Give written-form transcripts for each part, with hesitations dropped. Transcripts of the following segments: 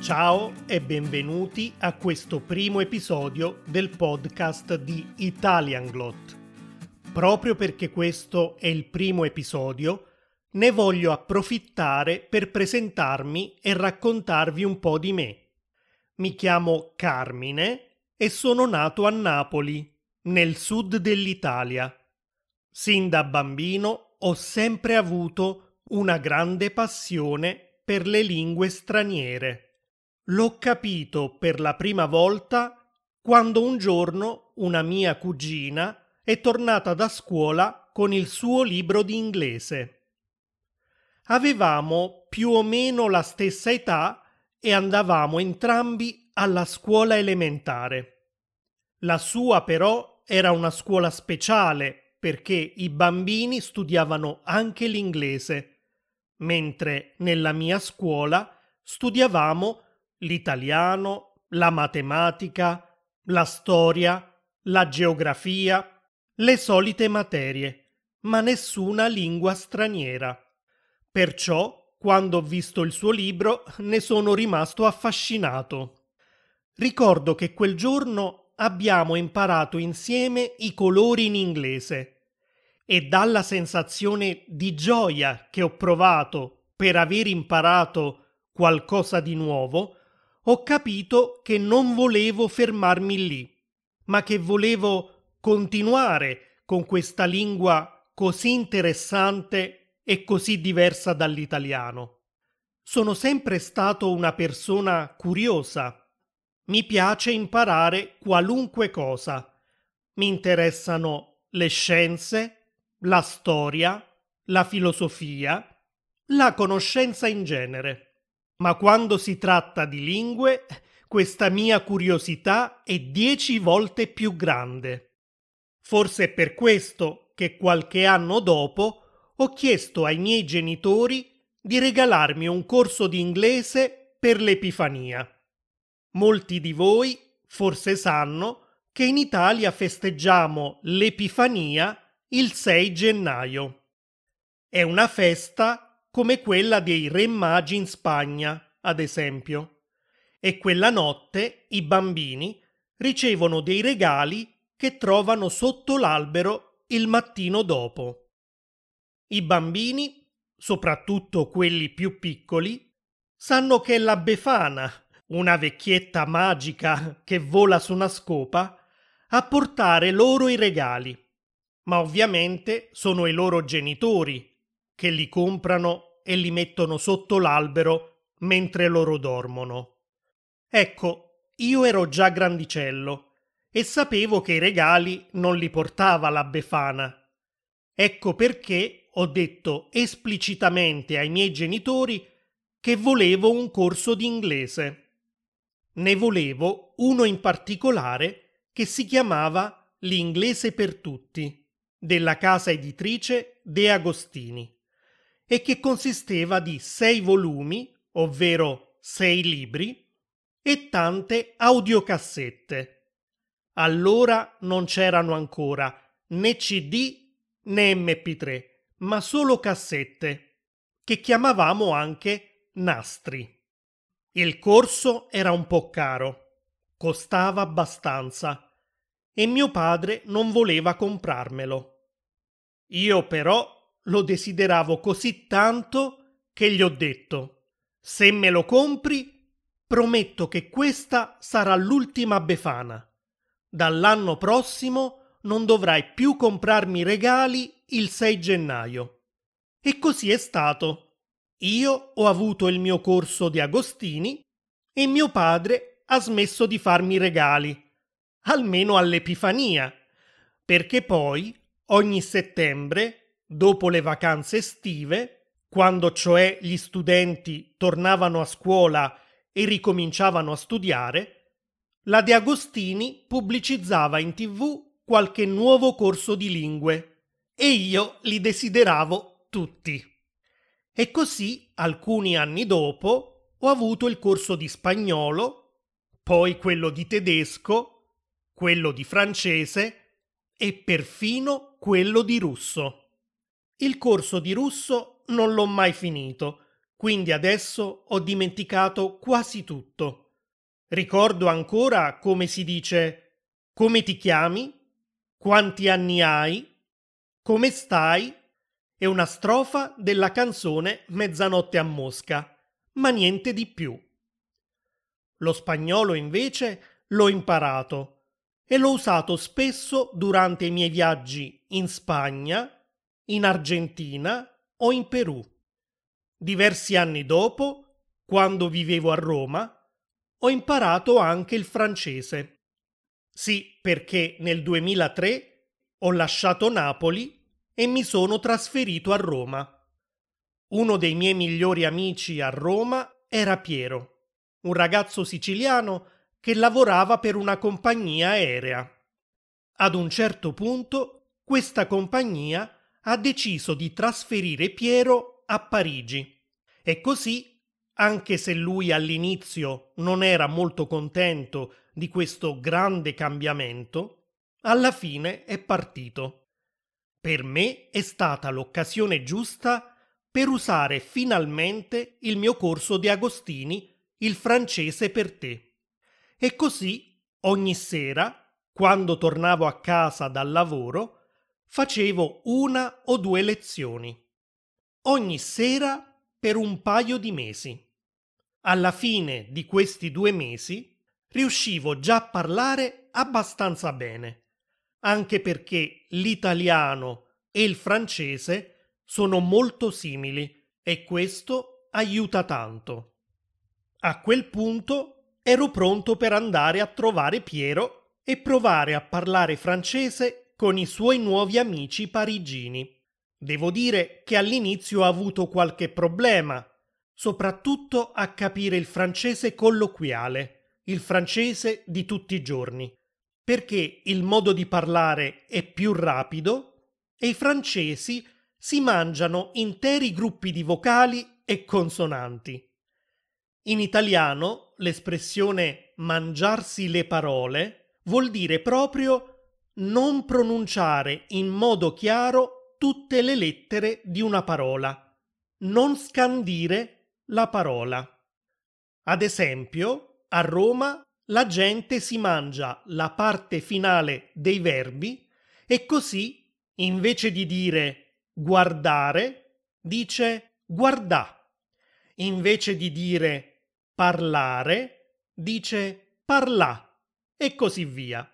Ciao e benvenuti a questo primo episodio del podcast di Italianglot. Proprio perché questo è il primo episodio, ne voglio approfittare per presentarmi e raccontarvi un po' di me. Mi chiamo Carmine e sono nato a Napoli, nel sud dell'Italia. Sin da bambino ho sempre avuto una grande passione per le lingue straniere. L'ho capito per la prima volta quando un giorno una mia cugina è tornata da scuola con il suo libro di inglese. Avevamo più o meno la stessa età e andavamo entrambi alla scuola elementare. La sua però era una scuola speciale perché i bambini studiavano anche l'inglese, mentre nella mia scuola studiavamo l'italiano, la matematica, la storia, la geografia, le solite materie, ma nessuna lingua straniera. Perciò, quando ho visto il suo libro, ne sono rimasto affascinato. Ricordo che quel giorno abbiamo imparato insieme i colori in inglese e dalla sensazione di gioia che ho provato per aver imparato qualcosa di nuovo, ho capito che non volevo fermarmi lì, ma che volevo continuare con questa lingua così interessante e così diversa dall'italiano. Sono sempre stato una persona curiosa. Mi piace imparare qualunque cosa. Mi interessano le scienze, la storia, la filosofia, la conoscenza in genere. Ma quando si tratta di lingue, questa mia curiosità è 10 volte più grande. Forse è per questo che qualche anno dopo ho chiesto ai miei genitori di regalarmi un corso di inglese per l'Epifania. Molti di voi forse sanno che in Italia festeggiamo l'Epifania il 6 gennaio. È una festa come quella dei Re Magi in Spagna, ad esempio. E quella notte i bambini ricevono dei regali che trovano sotto l'albero il mattino dopo. I bambini, soprattutto quelli più piccoli, sanno che è la Befana, una vecchietta magica che vola su una scopa, a portare loro i regali. Ma ovviamente sono i loro genitori che li comprano e li mettono sotto l'albero mentre loro dormono. Ecco, io ero già grandicello e sapevo che i regali non li portava la Befana. Ecco perché ho detto esplicitamente ai miei genitori che volevo un corso di inglese. Ne volevo uno in particolare che si chiamava L'inglese per tutti, della casa editrice De Agostini, e che consisteva di 6 volumi, ovvero 6 libri, e tante audiocassette. Allora non c'erano ancora né CD né MP3, ma solo cassette, che chiamavamo anche nastri. Il corso era un po' caro, costava abbastanza, e mio padre non voleva comprarmelo. Io però lo desideravo così tanto che gli ho detto: se me lo compri, prometto che questa sarà l'ultima Befana. Dall'anno prossimo non dovrai più comprarmi regali il 6 gennaio. E così è stato. Io ho avuto il mio corso di Agostini e mio padre ha smesso di farmi regali, almeno all'Epifania, perché poi ogni settembre, dopo le vacanze estive, quando cioè gli studenti tornavano a scuola e ricominciavano a studiare, la De Agostini pubblicizzava in TV qualche nuovo corso di lingue e io li desideravo tutti. E così, alcuni anni dopo, ho avuto il corso di spagnolo, poi quello di tedesco, quello di francese e perfino quello di russo. Il corso di russo non l'ho mai finito, quindi adesso ho dimenticato quasi tutto. Ricordo ancora come si dice come ti chiami, quanti anni hai, come stai e una strofa della canzone Mezzanotte a Mosca, ma niente di più. Lo spagnolo invece l'ho imparato e l'ho usato spesso durante i miei viaggi in Spagna, in Argentina o in Perù. Diversi anni dopo, quando vivevo a Roma, ho imparato anche il francese. Sì, perché nel 2003 ho lasciato Napoli e mi sono trasferito a Roma. Uno dei miei migliori amici a Roma era Piero, un ragazzo siciliano che lavorava per una compagnia aerea. Ad un certo punto, questa compagnia ha deciso di trasferire Piero a Parigi e così, anche se lui all'inizio non era molto contento di questo grande cambiamento, alla fine è partito. Per me è stata l'occasione giusta per usare finalmente il mio corso di Agostini, il francese per te. E così ogni sera, quando tornavo a casa dal lavoro, facevo 1 o 2 lezioni. Ogni sera per un paio di mesi. Alla fine di questi 2 mesi riuscivo già a parlare abbastanza bene, anche perché l'italiano e il francese sono molto simili e questo aiuta tanto. A quel punto ero pronto per andare a trovare Piero e provare a parlare francese con i suoi nuovi amici parigini. Devo dire che all'inizio ho avuto qualche problema, soprattutto a capire il francese colloquiale, il francese di tutti i giorni, perché il modo di parlare è più rapido e i francesi si mangiano interi gruppi di vocali e consonanti. In italiano l'espressione mangiarsi le parole vuol dire proprio non pronunciare in modo chiaro tutte le lettere di una parola, non scandire la parola. Ad esempio, a Roma la gente si mangia la parte finale dei verbi e così, invece di dire guardare, dice guardà. Invece di dire parlare, dice parlà e così via.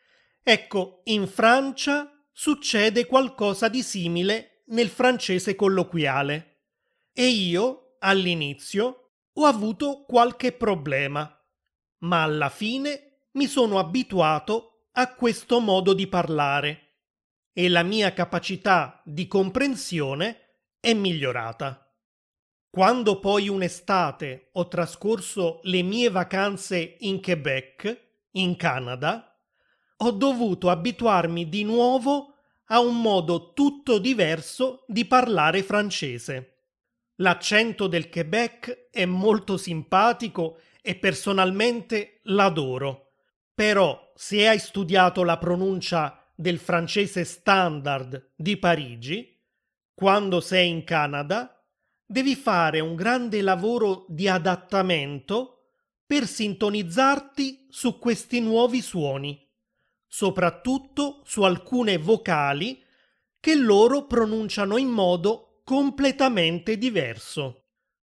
Ecco, in Francia succede qualcosa di simile nel francese colloquiale e io, all'inizio, ho avuto qualche problema, ma alla fine mi sono abituato a questo modo di parlare e la mia capacità di comprensione è migliorata. Quando poi un'estate ho trascorso le mie vacanze in Quebec, in Canada, ho dovuto abituarmi di nuovo a un modo tutto diverso di parlare francese. L'accento del Quebec è molto simpatico e personalmente l'adoro. Però se hai studiato la pronuncia del francese standard di Parigi, quando sei in Canada, devi fare un grande lavoro di adattamento per sintonizzarti su questi nuovi suoni, soprattutto su alcune vocali che loro pronunciano in modo completamente diverso.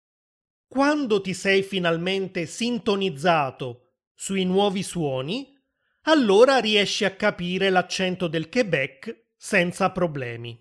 Quando ti sei finalmente sintonizzato sui nuovi suoni, allora riesci a capire l'accento del Quebec senza problemi.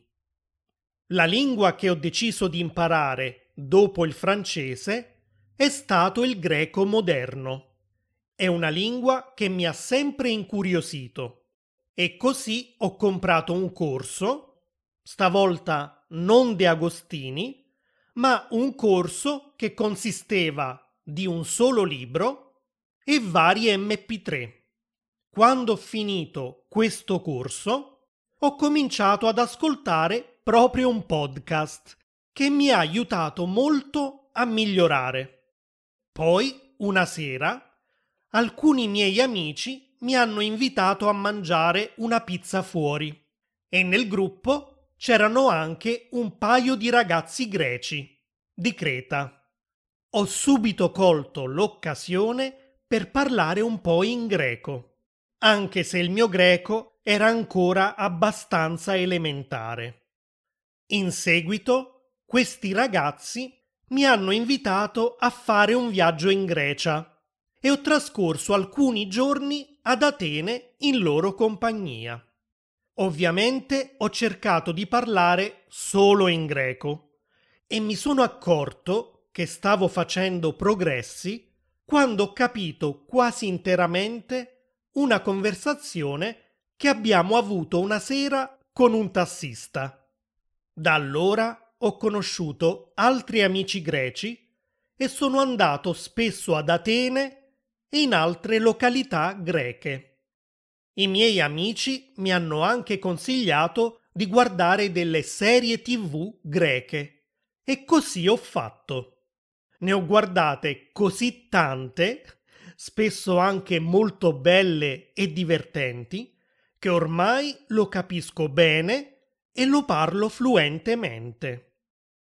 La lingua che ho deciso di imparare dopo il francese è stato il greco moderno. È una lingua che mi ha sempre incuriosito e così ho comprato un corso, stavolta non De Agostini, ma un corso che consisteva di un solo libro e vari MP3. Quando ho finito questo corso, ho cominciato ad ascoltare proprio un podcast che mi ha aiutato molto a migliorare. Poi, una sera, alcuni miei amici mi hanno invitato a mangiare una pizza fuori e nel gruppo c'erano anche un paio di ragazzi greci di Creta. ho subito colto l'occasione per parlare un po' in greco, anche se il mio greco era ancora abbastanza elementare. In seguito, questi ragazzi mi hanno invitato a fare un viaggio in Grecia e ho trascorso alcuni giorni ad Atene in loro compagnia. Ovviamente ho cercato di parlare solo in greco e mi sono accorto che stavo facendo progressi quando ho capito quasi interamente una conversazione che abbiamo avuto una sera con un tassista. Da allora ho conosciuto altri amici greci e sono andato spesso ad Atene e in altre località greche. I miei amici mi hanno anche consigliato di guardare delle serie TV greche e così ho fatto. Ne ho guardate così tante, spesso anche molto belle e divertenti, che ormai lo capisco bene e lo parlo fluentemente.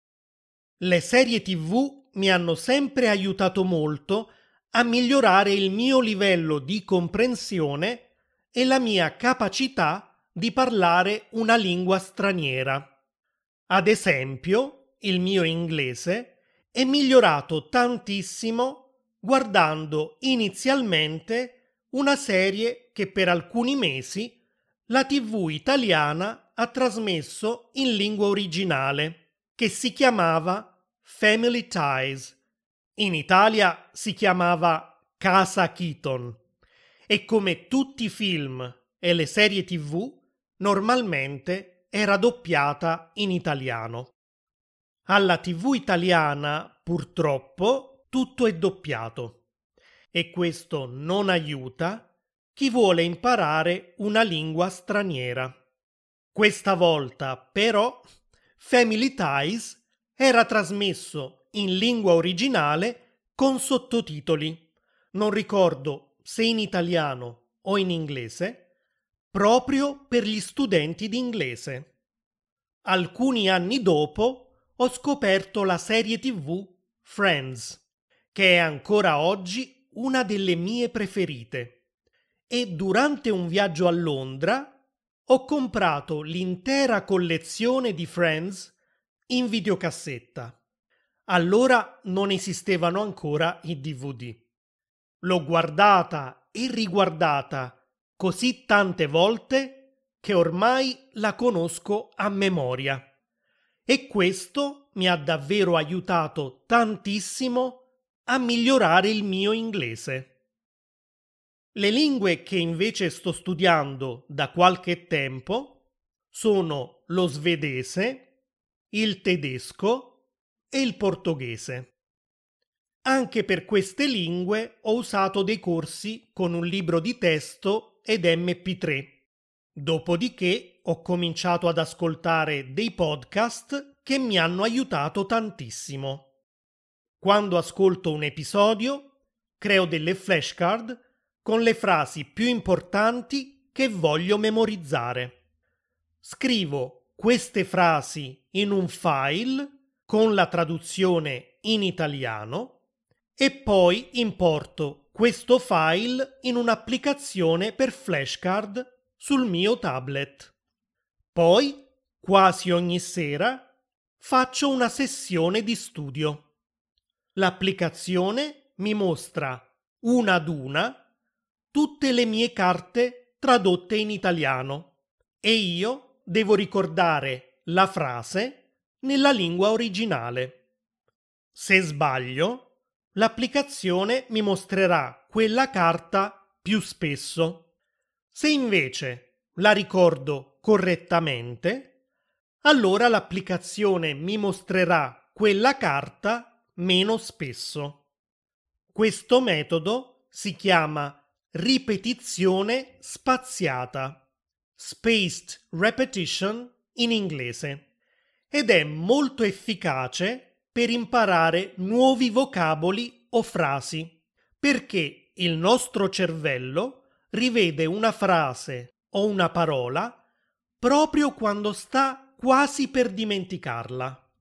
Le serie TV mi hanno sempre aiutato molto a migliorare il mio livello di comprensione e la mia capacità di parlare una lingua straniera. Ad esempio, il mio inglese è migliorato tantissimo guardando inizialmente una serie che per alcuni mesi la TV italiana ha trasmesso in lingua originale, che si chiamava Family Ties. In Italia si chiamava Casa Keaton e come tutti i film e le serie TV normalmente era doppiata in italiano. Alla TV italiana, purtroppo, tutto è doppiato e questo non aiuta chi vuole imparare una lingua straniera. Questa volta, però, Family Ties era trasmesso in lingua originale con sottotitoli. Non ricordo se in italiano o in inglese, proprio per gli studenti di inglese. Alcuni anni dopo ho scoperto la serie TV Friends, che è ancora oggi una delle mie preferite. E durante un viaggio a Londra ho comprato l'intera collezione di Friends in videocassetta. Allora non esistevano ancora i DVD. L'ho guardata e riguardata così tante volte che ormai la conosco a memoria. E questo mi ha davvero aiutato tantissimo a migliorare il mio inglese. Le lingue che invece sto studiando da qualche tempo sono lo svedese, il tedesco e il portoghese. Anche per queste lingue ho usato dei corsi con un libro di testo ed MP3. Dopodiché ho cominciato ad ascoltare dei podcast che mi hanno aiutato tantissimo. Quando ascolto un episodio, creo delle flashcard con le frasi più importanti che voglio memorizzare. Scrivo queste frasi in un file con la traduzione in italiano e poi importo questo file in un'applicazione per flashcard sul mio tablet. Poi, quasi ogni sera, faccio una sessione di studio. L'applicazione mi mostra una ad una tutte le mie carte tradotte in italiano e io devo ricordare la frase nella lingua originale. Se sbaglio, l'applicazione mi mostrerà quella carta più spesso. Se invece la ricordo correttamente, allora l'applicazione mi mostrerà quella carta meno spesso. Questo metodo si chiama ripetizione spaziata, spaced repetition in inglese, ed è molto efficace per imparare nuovi vocaboli o frasi, perché il nostro cervello rivede una frase o una parola proprio quando sta quasi per dimenticarla.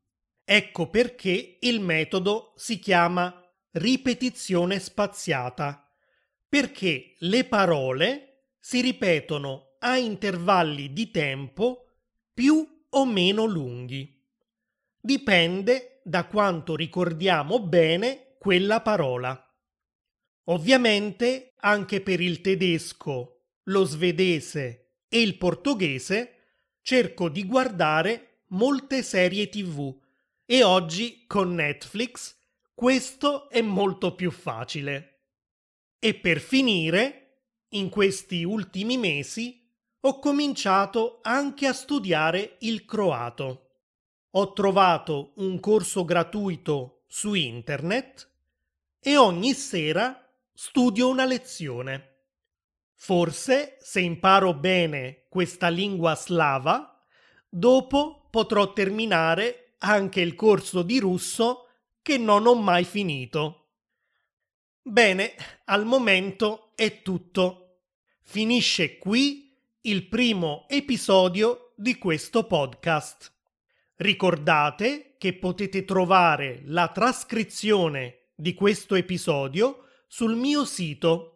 Ecco perché il metodo si chiama ripetizione spaziata, perché le parole si ripetono a intervalli di tempo più o meno lunghi. Dipende da quanto ricordiamo bene quella parola. Ovviamente anche per il tedesco, lo svedese e il portoghese cerco di guardare molte serie TV e oggi con Netflix questo è molto più facile. E per finire, in questi ultimi mesi ho cominciato anche a studiare il croato. Ho trovato un corso gratuito su internet e ogni sera studio una lezione. Forse, se imparo bene questa lingua slava, dopo potrò terminare anche il corso di russo che non ho mai finito. Bene, al momento è tutto. Finisce qui il primo episodio di questo podcast. Ricordate che potete trovare la trascrizione di questo episodio sul mio sito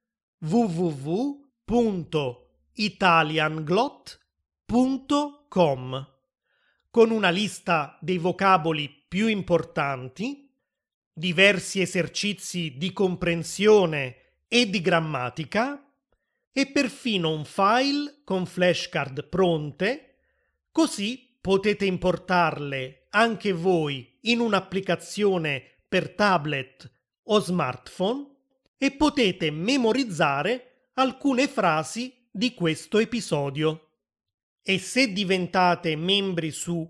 www.italianglot.com con una lista dei vocaboli più importanti, diversi esercizi di comprensione e di grammatica e perfino un file con flashcard pronte, così potete importarle anche voi in un'applicazione per tablet o smartphone e potete memorizzare alcune frasi di questo episodio. E se diventate membri su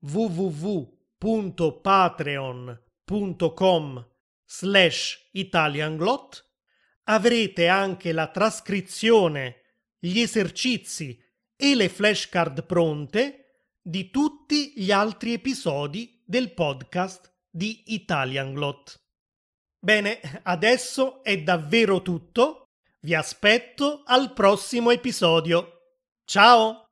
www.patreon.com/italianglot avrete anche la trascrizione, gli esercizi e le flashcard pronte di tutti gli altri episodi del podcast di Italianglot. Bene, adesso è davvero tutto. Vi aspetto al prossimo episodio. Ciao!